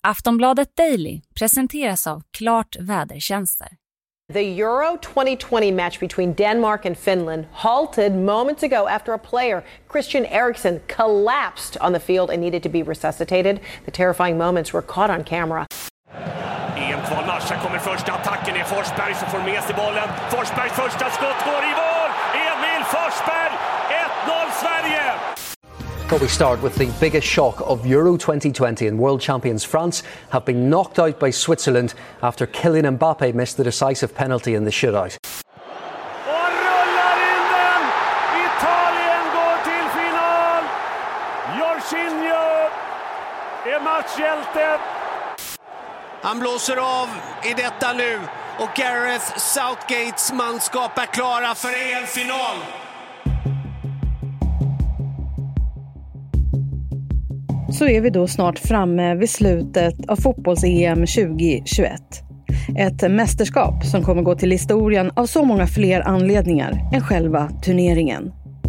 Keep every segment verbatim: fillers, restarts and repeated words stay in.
Aftonbladet Daily presenteras av Klart Vädertjänster. The Euro twenty twenty match between Denmark and Finland halted moments ago after a player, Christian Eriksen, collapsed on the field and needed to be resuscitated. The terrifying moments were caught on camera. E M-kvalmatchen kommer första attacken är Forsberg som får med sig bollen. Forsbergs första skott går i mål! Emil Forsberg! ett noll Sverige! But we start with the biggest shock of Euro twenty twenty, and world champions France have been knocked out by Switzerland after Kylian Mbappé missed the decisive penalty in the shootout. Och rullar in den! Italien går till final! Jorginho är matchhjälte. Han blåser av i detta nu och Gareth Southgates manskap är klara för E M-final. Så är vi då snart framme vid slutet av fotbolls-E M tjugo tjugoett. Ett mästerskap som kommer gå till historien av så många fler anledningar än själva turneringen.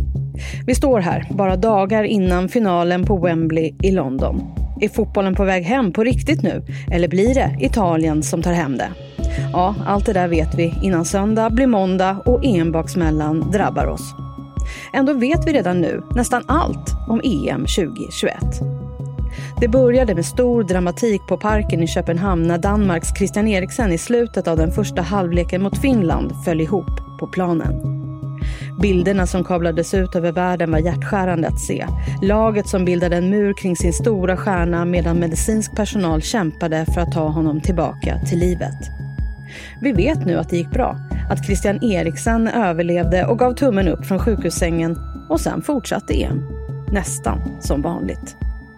Vi står här bara dagar innan finalen på Wembley i London. Är fotbollen på väg hem på riktigt nu? Eller blir det Italien som tar hem det? Ja, allt det där vet vi innan söndag blir måndag och E M-baksmällan drabbar oss. Ändå vet vi redan nu nästan allt om E M tjugo tjugoett. Det började med stor dramatik på Parken i Köpenhamn när Danmarks Christian Eriksen i slutet av den första halvleken mot Finland föll ihop på planen. Bilderna som kablades ut över världen var hjärtskärande att se. Laget som bildade en mur kring sin stora stjärna medan medicinsk personal kämpade för att ta honom tillbaka till livet. Vi vet nu att det gick bra, att Christian Eriksen överlevde och gav tummen upp från sjukhussängen och sen fortsatte E M. Nästan som vanligt.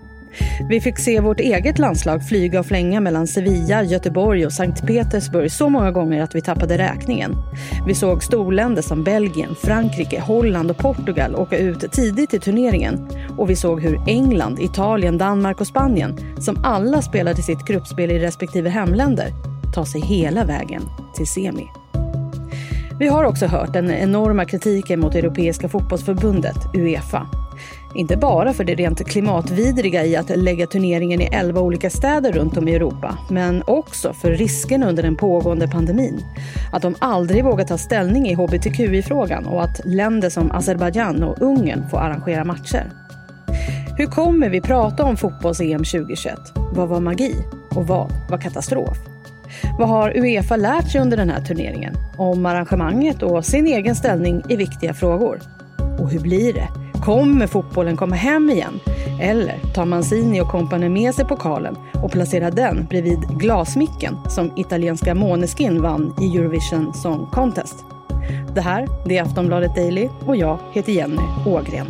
Vi fick se vårt eget landslag flyga och flänga mellan Sevilla, Göteborg och Sankt Petersburg så många gånger att vi tappade räkningen. Vi såg storländer som Belgien, Frankrike, Holland och Portugal åka ut tidigt i turneringen. Och vi såg hur England, Italien, Danmark och Spanien, som alla spelade sitt gruppspel i respektive hemländer, tar sig hela vägen till semi. Vi har också hört den enorma kritiken mot Europeiska fotbollsförbundet, UEFA. Inte bara för det rent klimatvidriga i att lägga turneringen i elva olika städer runt om i Europa, men också för risken under den pågående pandemin. Att de aldrig vågar ta ställning i H B T Q I-frågan och att länder som Azerbaijan och Ungern får arrangera matcher. Hur kommer vi prata om fotbolls-E M tjugo tjugoett? Vad var magi och vad var katastrof? Vad har UEFA lärt sig under den här turneringen? Om arrangemanget och sin egen ställning i viktiga frågor. Och hur blir det? Kommer fotbollen komma hem igen? Eller tar Mancini och kompani med sig pokalen och placerar den bredvid glasmicken som italienska Måneskin vann i Eurovision Song Contest? Det här det är Aftonbladet Daily och jag heter Jenny Ågren.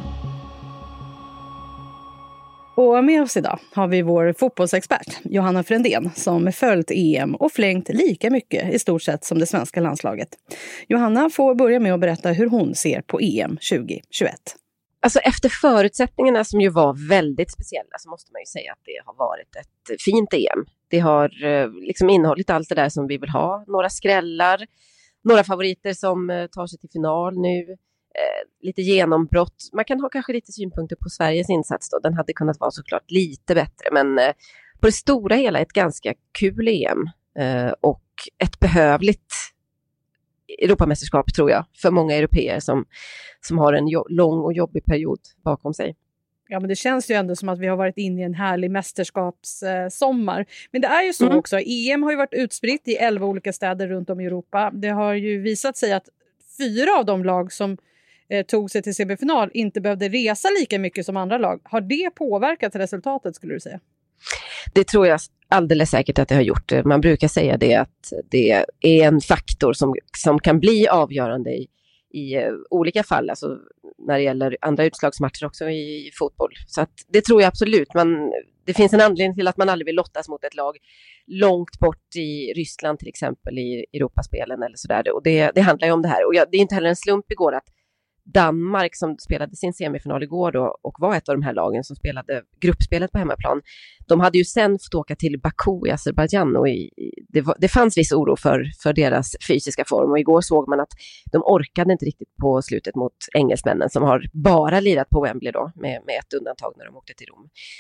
Och med oss idag har vi vår fotbollsexpert Johanna Frändén som följt E M och flängt lika mycket i stort sett som det svenska landslaget. Johanna får börja med att berätta hur hon ser på E M tjugo tjugoett. Alltså efter förutsättningarna som ju var väldigt speciella så måste man ju säga att det har varit ett fint E M. Det har liksom innehållit allt det där som vi vill ha. Några skrällar, några favoriter som tar sig till final nu. Eh, lite genombrott. Man kan ha kanske lite synpunkter på Sveriges insats då. Den hade kunnat vara såklart lite bättre. Men eh, på det stora hela ett ganska kul E M. Eh, och ett behövligt Europamästerskap tror jag. För många europeer som, som har en jo- lång och jobbig period bakom sig. Ja, men det känns ju ändå som att vi har varit inne i en härlig mästerskapssommar. Eh, men det är ju så mm. också. E M har ju varit utspritt i elva olika städer runt om i Europa. Det har ju visat sig att fyra av de lag som eh, tog sig till semifinal inte behövde resa lika mycket som andra lag. Har det påverkat resultatet skulle du säga? Det tror jag alldeles säkert att det har gjort. Man brukar säga det att det är en faktor som, som kan bli avgörande i, i uh, olika fall. Alltså när det gäller andra utslagsmatcher också i, i fotboll. Så att det tror jag absolut. Man, det finns en anledning till att man aldrig vill lottas mot ett lag långt bort i Ryssland till exempel i Europaspelen eller sådär. Och det, det handlar ju om det här. Och jag, det är inte heller en slump igår att Danmark som spelade sin semifinal igår då, och var ett av de här lagen som spelade gruppspelet på hemmaplan. De hade ju sen fått åka till Baku i Azerbaijan och i, det, var, det fanns viss oro för, för deras fysiska form. Och igår såg man att de orkade inte riktigt på slutet mot engelsmännen som har bara lirat på Wembley då med, med ett undantag när de åkte till Rom.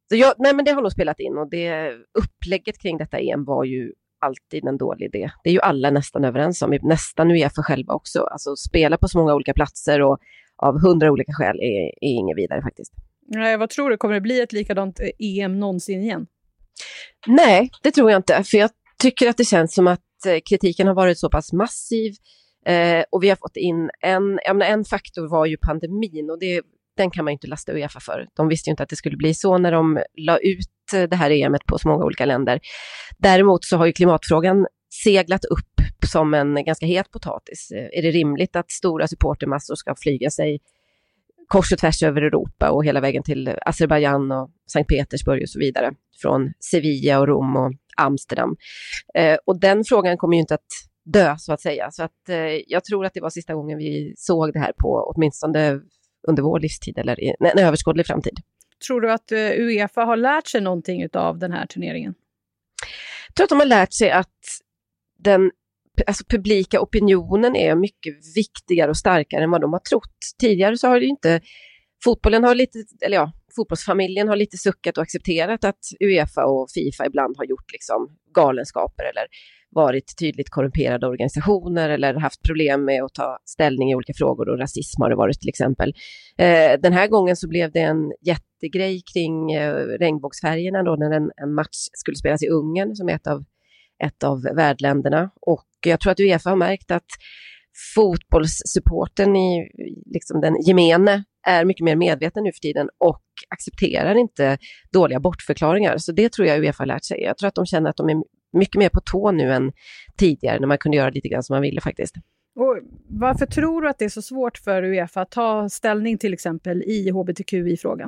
Så jag, nej men det har nog spelat in, och det upplägget kring detta E M var ju alltid en dålig idé. Det är ju alla nästan överens om, nästan UEFA själva också. Alltså spela på så många olika platser och av hundra olika skäl är, är inget vidare faktiskt. Nej, vad tror du? Kommer det bli ett likadant E M någonsin igen? Nej, det tror jag inte. För jag tycker att det känns som att kritiken har varit så pass massiv. Eh, och vi har fått in en, jag menar, en faktor var ju pandemin, och det, den kan man ju inte lasta UEFA för. De visste ju inte att det skulle bli så när de la ut det här E M:et på så många olika länder. Däremot så har ju klimatfrågan seglat upp som en ganska het potatis. Är det rimligt att stora supportermassor ska flyga sig kors och tvärs över Europa och hela vägen till Azerbaijan och Sankt Petersburg och så vidare, från Sevilla och Rom och Amsterdam? Eh, och den frågan kommer ju inte att dö, så att säga. Så att eh, jag tror att det var sista gången vi såg det här på, åtminstone under vår livstid eller i en överskådlig framtid. Tror du att UEFA har lärt sig någonting av den här turneringen? Jag tror att de har lärt sig att den alltså publika opinionen är mycket viktigare och starkare än vad de har trott. Tidigare så har det ju inte, fotbollen har lite, eller ja, fotbollsfamiljen har lite suckat och accepterat att UEFA och FIFA ibland har gjort liksom galenskaper eller varit tydligt korrumperade organisationer eller haft problem med att ta ställning i olika frågor, och rasism har det varit till exempel. Eh, den här gången så blev det en jättegrej kring eh, regnbågsfärgerna då, när en, en match skulle spelas i Ungern som är ett av, ett av värdländerna, och jag tror att UEFA har märkt att fotbollssupporten i liksom den gemene är mycket mer medveten nu för tiden och accepterar inte dåliga bortförklaringar. Så det tror jag UEFA har lärt sig. Jag tror att de känner att de är mycket mer på tå nu än tidigare, när man kunde göra lite grann som man ville faktiskt. Och varför tror du att det är så svårt för UEFA att ta ställning till exempel i H B T Q I-frågan?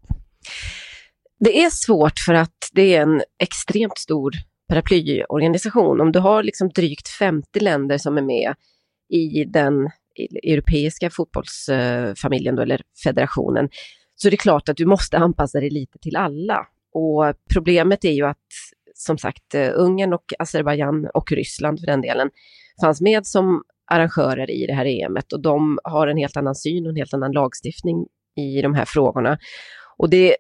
Det är svårt för att det är en extremt stor paraplyorganisation. Om du har liksom drygt femtio länder som är med i den europeiska fotbollsfamiljen då, eller federationen, så är det klart att du måste anpassa dig lite till alla. Och problemet är ju att, som sagt, Ungern och Azerbaijan och Ryssland för den delen fanns med som arrangörer i det här E M:et, och de har en helt annan syn och en helt annan lagstiftning i de här frågorna. Och det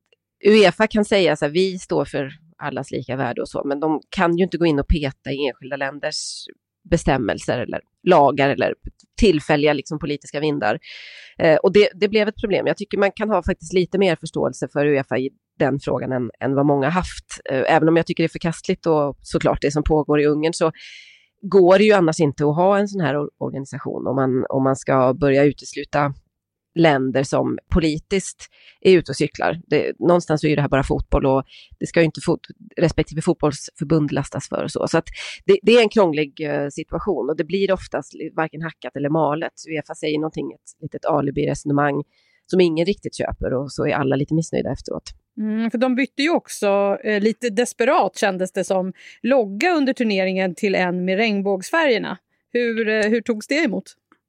UEFA kan säga så här, vi står för allas lika värde och så, men de kan ju inte gå in och peta i enskilda länders bestämmelser eller lagar eller tillfälliga liksom politiska vindar. Eh, och det, det blev ett problem. Jag tycker man kan ha faktiskt lite mer förståelse för UEFA i den frågan än, än vad många haft. Eh, även om jag tycker det är förkastligt och såklart det som pågår i Ungern, så går det ju annars inte att ha en sån här organisation om man, om man ska börja utesluta länder som politiskt är ute och cyklar. Det, någonstans är ju det här bara fotboll, och det ska ju inte fot, respektive fotbollsförbund lastas för och så. Så att det, det är en krånglig uh, situation, och det blir oftast varken hackat eller malet. UEFA säger någonting, ett litet alibi-resonemang som ingen riktigt köper, och så är alla lite missnöjda efteråt. Mm, för de bytte ju också eh, lite desperat, kändes det som, logga under turneringen till en med regnbågsfärgerna. Hur, eh, hur togs det emot?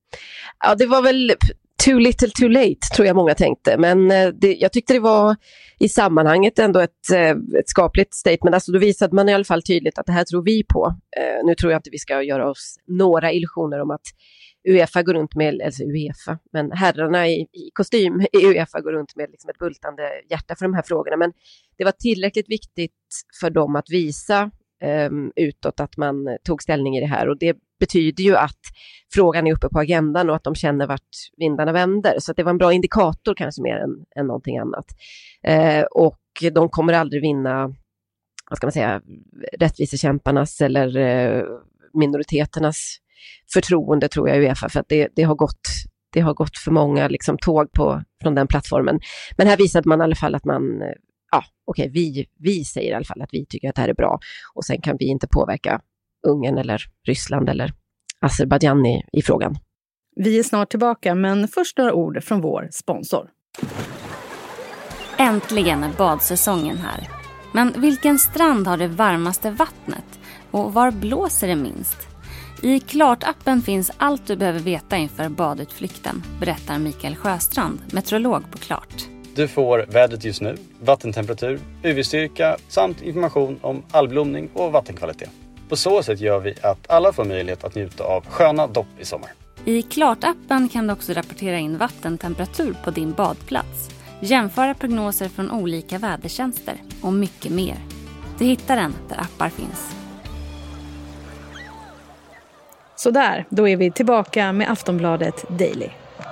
Ja, det var väl too little too late, tror jag många tänkte. Men det, jag tyckte det var i sammanhanget ändå ett, ett skapligt statement. Alltså då visade man i alla fall tydligt att det här tror vi på. Uh, nu tror jag inte vi ska göra oss några illusioner om att UEFA går runt med, alltså UEFA, men herrarna i, i kostym i UEFA går runt med liksom ett bultande hjärta för de här frågorna. Men det var tillräckligt viktigt för dem att visa um, utåt att man tog ställning i det här, och det betyder ju att frågan är uppe på agendan och att de känner vart vindarna vänder. Så att det var en bra indikator kanske mer än, än någonting annat. Eh, och de kommer aldrig vinna, vad ska man säga, rättvisekämparnas eller eh, minoriteternas förtroende, tror jag, i UEFA, för att det, det har gått det har gått för många liksom tåg på, från den plattformen. Men här visade man i alla fall att man, ja okej, okay, vi, vi säger i alla fall att vi tycker att det här är bra, och sen kan vi inte påverka Ungern eller Ryssland eller Azerbaijan i, i frågan. Vi är snart tillbaka, men först några ord från vår sponsor. Äntligen är badsäsongen här. Men vilken strand har det varmaste vattnet? Och var blåser det minst? I Klart-appen finns allt du behöver veta inför badutflykten, berättar Mikael Sjöstrand, meteorolog på Klart. Du får vädret just nu, vattentemperatur, U V-styrka samt information om algblomning och vattenkvalitet. På så sätt gör vi att alla får möjlighet att njuta av sköna dopp i sommar. I Klart-appen kan du också rapportera in vattentemperatur på din badplats. jämföra prognoser från olika vädertjänster och mycket mer. Du hittar den där appar finns. Så där, då är vi tillbaka med Aftonbladet Daily.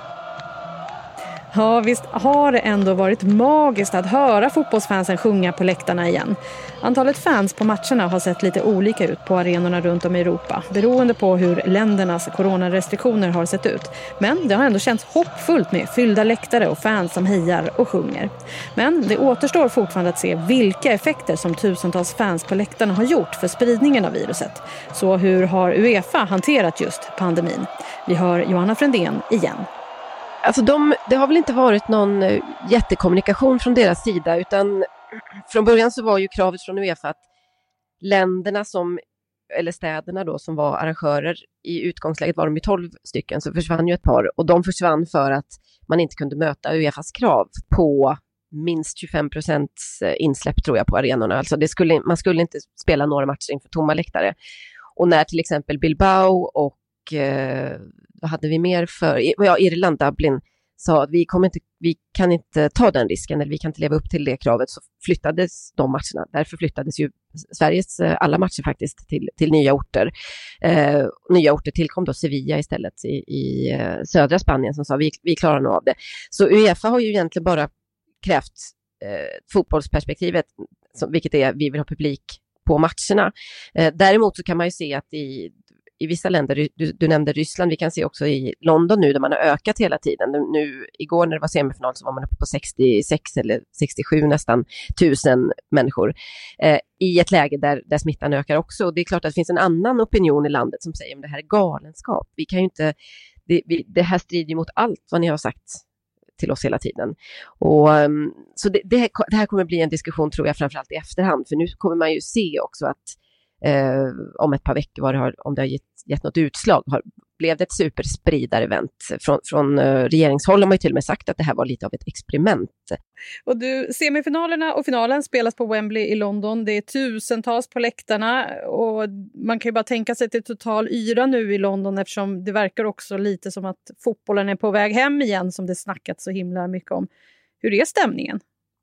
Ja, visst har det ändå varit magiskt att höra fotbollsfansen sjunga på läktarna igen. Antalet fans på matcherna har sett lite olika ut på arenorna runt om i Europa, beroende på hur ländernas coronarestriktioner har sett ut. Men det har ändå känts hoppfullt med fyllda läktare och fans som hejar och sjunger. Men det återstår fortfarande att se vilka effekter som tusentals fans på läktarna har gjort för spridningen av viruset. Så hur har UEFA hanterat just pandemin? Vi hör Johanna Frändén igen. Alltså de, det har väl inte varit någon jättekommunikation från deras sida, utan från början så var ju kravet från UEFA att länderna som, eller städerna då som var arrangörer, i utgångsläget var de ju tolv stycken, så försvann ju ett par, och de försvann för att man inte kunde möta UEFAs krav på minst tjugofem procent insläpp tror jag på arenorna. Alltså det skulle, man skulle inte spela några matcher inför tomma läktare. Och när till exempel Bilbao och eh, vad hade vi mer för? Ja, Irland, Dublin sa att vi, kommer inte, vi kan inte ta den risken, eller vi kan inte leva upp till det kravet, så flyttades de matcherna. Därför flyttades ju Sveriges alla matcher faktiskt till, till nya orter. Eh, nya orter tillkom då Sevilla istället i, i eh, södra Spanien, som sa vi, vi klarar nog av det. Så UEFA har ju egentligen bara krävt eh, fotbollsperspektivet, som, vilket är vi vill ha publik på matcherna. Eh, däremot så kan man ju se att i I vissa länder, du, du nämnde Ryssland, vi kan se också i London nu där man har ökat hela tiden. Nu, igår när det var semifinal så var man uppe på sextiosex eller sextiosju nästan tusen människor. Eh, I ett läge där, där smittan ökar också. Och det är klart att det finns en annan opinion i landet som säger att det här är galenskap. Vi kan ju inte, det, vi, det här strider mot allt vad ni har sagt till oss hela tiden. Och, um, så det, det, här, det här kommer bli en diskussion tror jag framförallt i efterhand. För nu kommer man ju se också att Eh, om ett par veckor var det har, om det har gett, gett något utslag, har, blev det ett superspridar-event. Från, från eh, regeringshåll har man ju till och med sagt att det här var lite av ett experiment. Och du, semifinalerna och finalen spelas på Wembley i London. Det är tusentals på läktarna och man kan ju bara tänka sig till total yra nu i London, eftersom det verkar också lite som att fotbollen är på väg hem igen, som det snackats så himla mycket om. Hur är stämningen?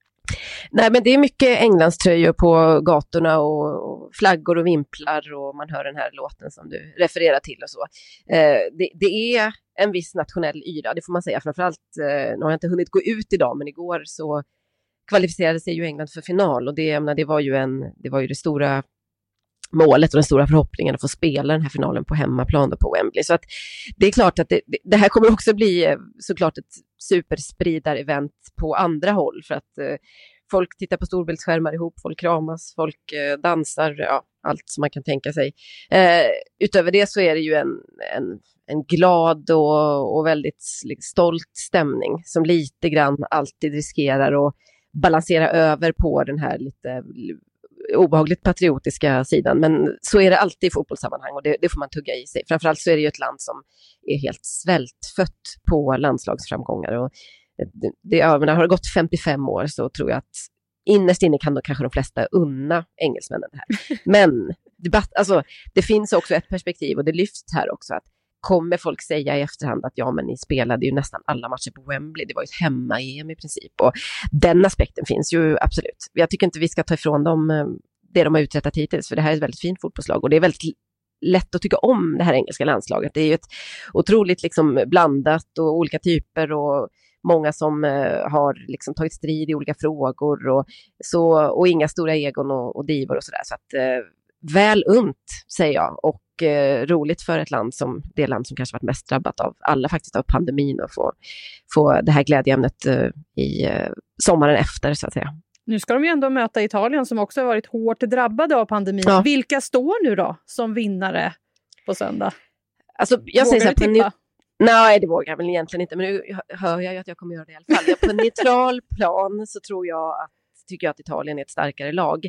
Nej, men det är mycket Englandströjor på gatorna och, och flaggor och vimplar, och man hör den här låten som du refererar till och så. Eh, det, det är en viss nationell yra, det får man säga. Framförallt, eh, nu har jag inte hunnit gå ut idag, men igår så kvalificerade sig ju England för final, och det, jag menar, det var ju en, det var ju det stora målet och den stora förhoppningen att få spela den här finalen på hemmaplan då på Wembley. Så att det är klart att det, det här kommer också bli såklart ett superspridar-event på andra håll, för att eh, folk tittar på storbildsskärmar ihop, folk kramas, folk eh, dansar, ja, allt som man kan tänka sig. Eh, utöver det så är det ju en, en, en glad och, och väldigt stolt stämning som lite grann alltid riskerar att balansera över på den här lite obehagligt patriotiska sidan, men så är det alltid i fotbollssammanhang, och det, det får man tugga i sig. Framförallt så är det ju ett land som är helt svältfött på landslagsframgångar, och det, det, ja, men har det gått femtiofem år så tror jag att innerst inne kan då kanske de flesta unna engelsmännen det här. Men debatt, alltså, det finns också ett perspektiv, och det lyfts här också, att kommer folk säga i efterhand att ja, men ni spelade ju nästan alla matcher på Wembley, det var ju ett hemma-E M i princip, och den aspekten finns ju absolut. Jag tycker inte vi ska ta ifrån dem det de har uträttat hittills, för det här är ett väldigt fint fotbollslag, och det är väldigt lätt att tycka om det här engelska landslaget. Det är ju ett otroligt liksom blandat och olika typer, och många som eh, har liksom tagit strid i olika frågor, och, så, och inga stora egon och, och divor och sådär, så att eh, väl unt säger jag, och Eh, roligt för ett land som det land som kanske varit mest drabbat av alla faktiskt av pandemin, och få, få det här glädjeämnet eh, i eh, sommaren efter så att säga. Nu ska de ju ändå möta Italien som också har varit hårt drabbade av pandemin. Ja. Vilka står nu då som vinnare på söndag? Alltså, jag vågar säger du så tippa? Nej, det vågar jag väl egentligen inte, men nu hör jag ju att jag kommer göra det i alla fall. På en neutral plan så tror jag att, tycker jag att Italien är ett starkare lag.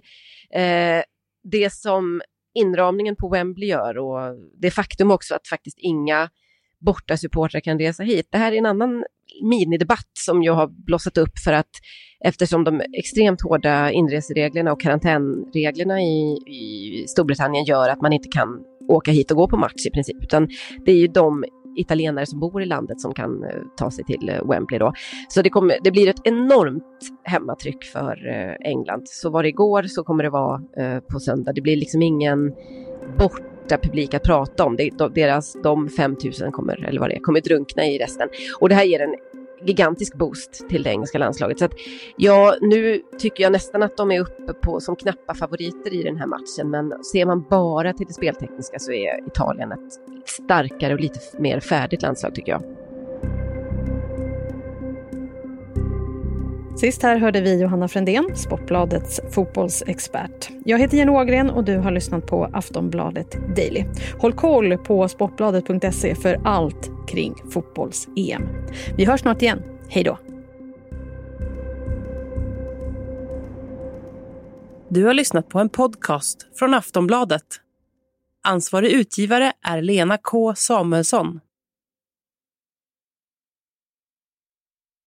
Eh, det som inramningen på Wembley gör, och det faktum också att faktiskt inga borta supportrar kan resa hit. Det här är en annan minidebatt som jag har blossat upp, för att eftersom de extremt hårda inresereglerna och karantänreglerna i, i Storbritannien gör att man inte kan åka hit och gå på match i princip, utan det är ju de italienare som bor i landet som kan uh, ta sig till uh, Wembley då. Så det, kommer, det blir ett enormt hemmatryck för uh, England. Så var det igår så kommer det vara uh, på söndag. Det blir liksom ingen borta publik att prata om. Det, deras, de fem tusen kommer, eller vad det är, kommer drunkna i resten. Och det här ger en gigantisk boost till det engelska landslaget. Så att, ja, nu tycker jag nästan att de är uppe på som knappa favoriter i den här matchen. Men ser man bara till det speltekniska så är Italien ett starkare och lite mer färdigt landslag tycker jag. Sist här hörde vi Johanna Frändén, Sportbladets fotbollsexpert. Jag heter Jenny Ågren och du har lyssnat på Aftonbladet Daily. Håll koll på sportbladet punkt se för allt kring fotbolls-E M. Vi hörs snart igen. Hej då! Du har lyssnat på en podcast från Aftonbladet. Ansvarig utgivare är Lena K. Samuelsson.